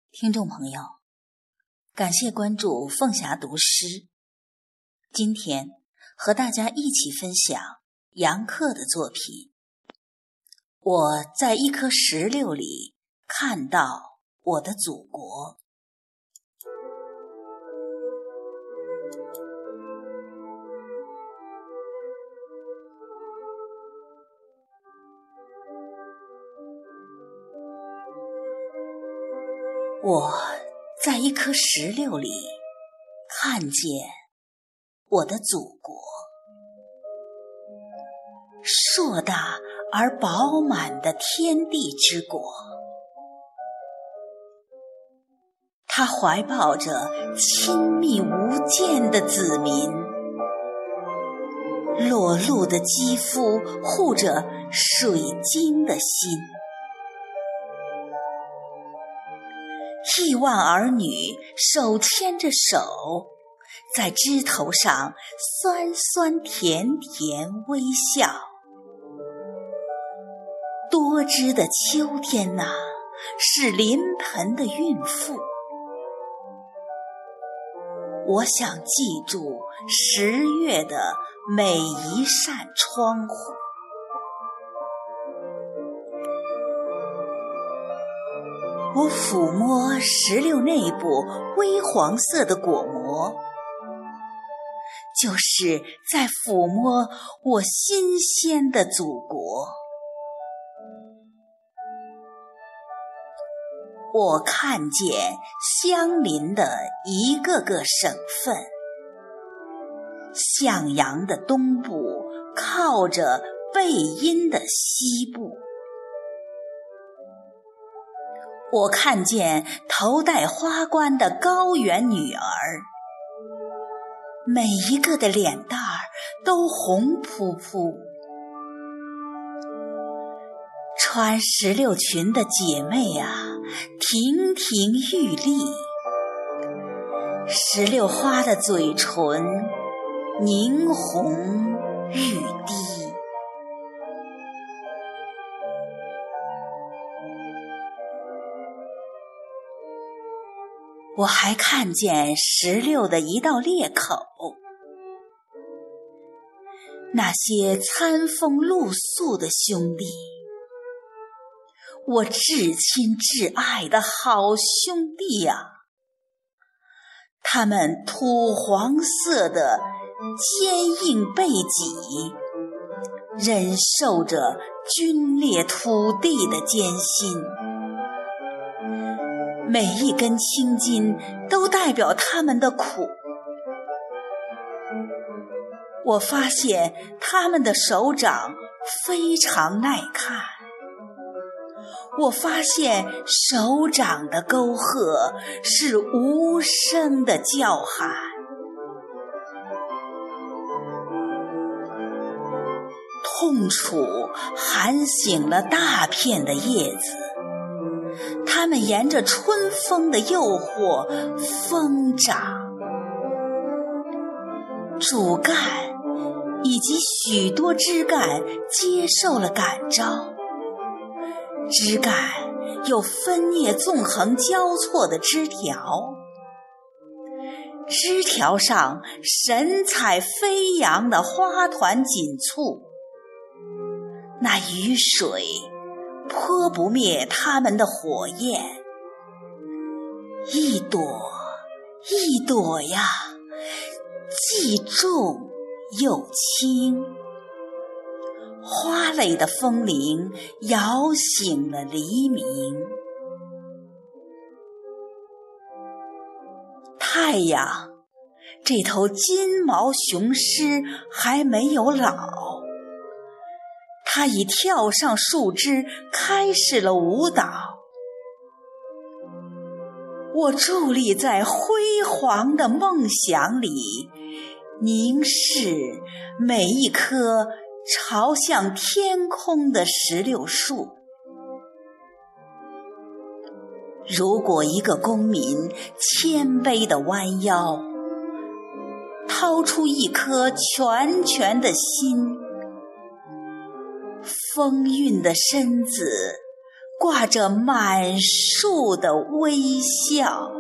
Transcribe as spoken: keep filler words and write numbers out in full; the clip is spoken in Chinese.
听众朋友，感谢关注凤霞读诗。今天和大家一起分享杨克的作品。我在一颗石榴里看到我的祖国。我在一颗石榴里看见我的祖国，硕大而饱满的天地之国。它怀抱着亲密无间的子民，裸露的肌肤护着水晶的心。亿万儿女手牵着手，在枝头上酸酸甜甜微笑。多汁的秋天呐、啊，是临盆的孕妇。我想记住十月的每一扇窗户。我抚摸石榴内部微黄色的果膜，就是在抚摸我新鲜的祖国。我看见相邻的一个个省份，向阳的东部靠着背阴的西部。我看见头戴花冠的高原女儿，每一个的脸蛋儿都红扑扑。穿石榴裙的姐妹啊，亭亭玉立。石榴花的嘴唇凝红欲滴。我还看见石榴的一道裂口，那些餐风露宿的兄弟，我至亲至爱的好兄弟呀、啊！他们土黄色的坚硬背脊，忍受着皲裂土地的艰辛。每一根青筋都代表他们的苦。我发现他们的手掌非常耐看。我发现手掌的沟壑是无声的叫喊。痛楚喊醒了大片的叶子，它们沿着春风的诱惑疯长。主干以及许多枝干接受了感召，枝干有分叶纵横交错的枝条，枝条上神采飞扬的花团锦簇，那雨水泼不灭它们的火焰。一朵一朵呀，既重又轻。花蕾的风铃摇醒了黎明。太阳，这头金毛雄狮还没有老，它已跳上树枝，开始了舞蹈。我伫立在辉煌的梦想里，凝视每一棵朝向天空的石榴树。如果一个公民谦卑地弯腰，掏出一颗拳拳的心，风韵的身子挂着满树的微笑。